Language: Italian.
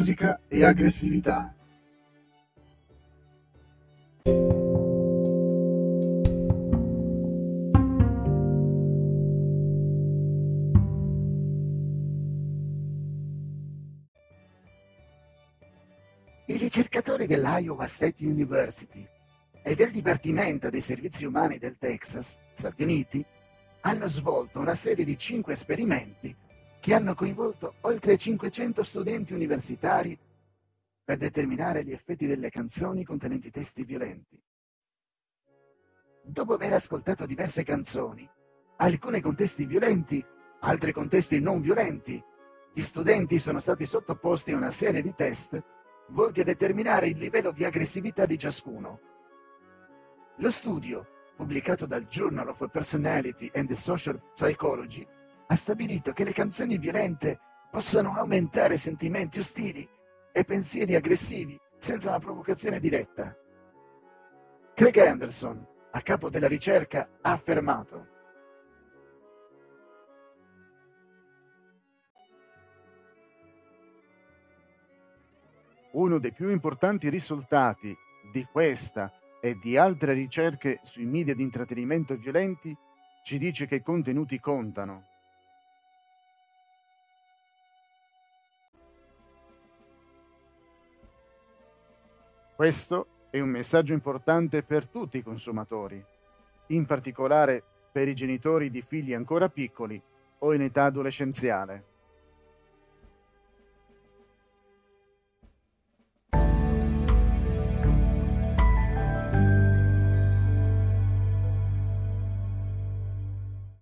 musica e aggressività. I ricercatori dell'Iowa State University e del Dipartimento dei Servizi Umani del Texas, Stati Uniti, hanno svolto una serie di 5 esperimenti che hanno coinvolto oltre 500 studenti universitari per determinare gli effetti delle canzoni contenenti testi violenti. Dopo aver ascoltato diverse canzoni, alcune con testi violenti, altre con testi non violenti, gli studenti sono stati sottoposti a una serie di test volti a determinare il livello di aggressività di ciascuno. Lo studio, pubblicato dal Journal of Personality and Social Psychology, ha stabilito che le canzoni violente possono aumentare sentimenti ostili e pensieri aggressivi senza una provocazione diretta. Craig Anderson, a capo della ricerca, ha affermato: uno dei più importanti risultati di questa e di altre ricerche sui media di intrattenimento violenti ci dice che i contenuti contano. Questo è un messaggio importante per tutti i consumatori, in particolare per i genitori di figli ancora piccoli o in età adolescenziale.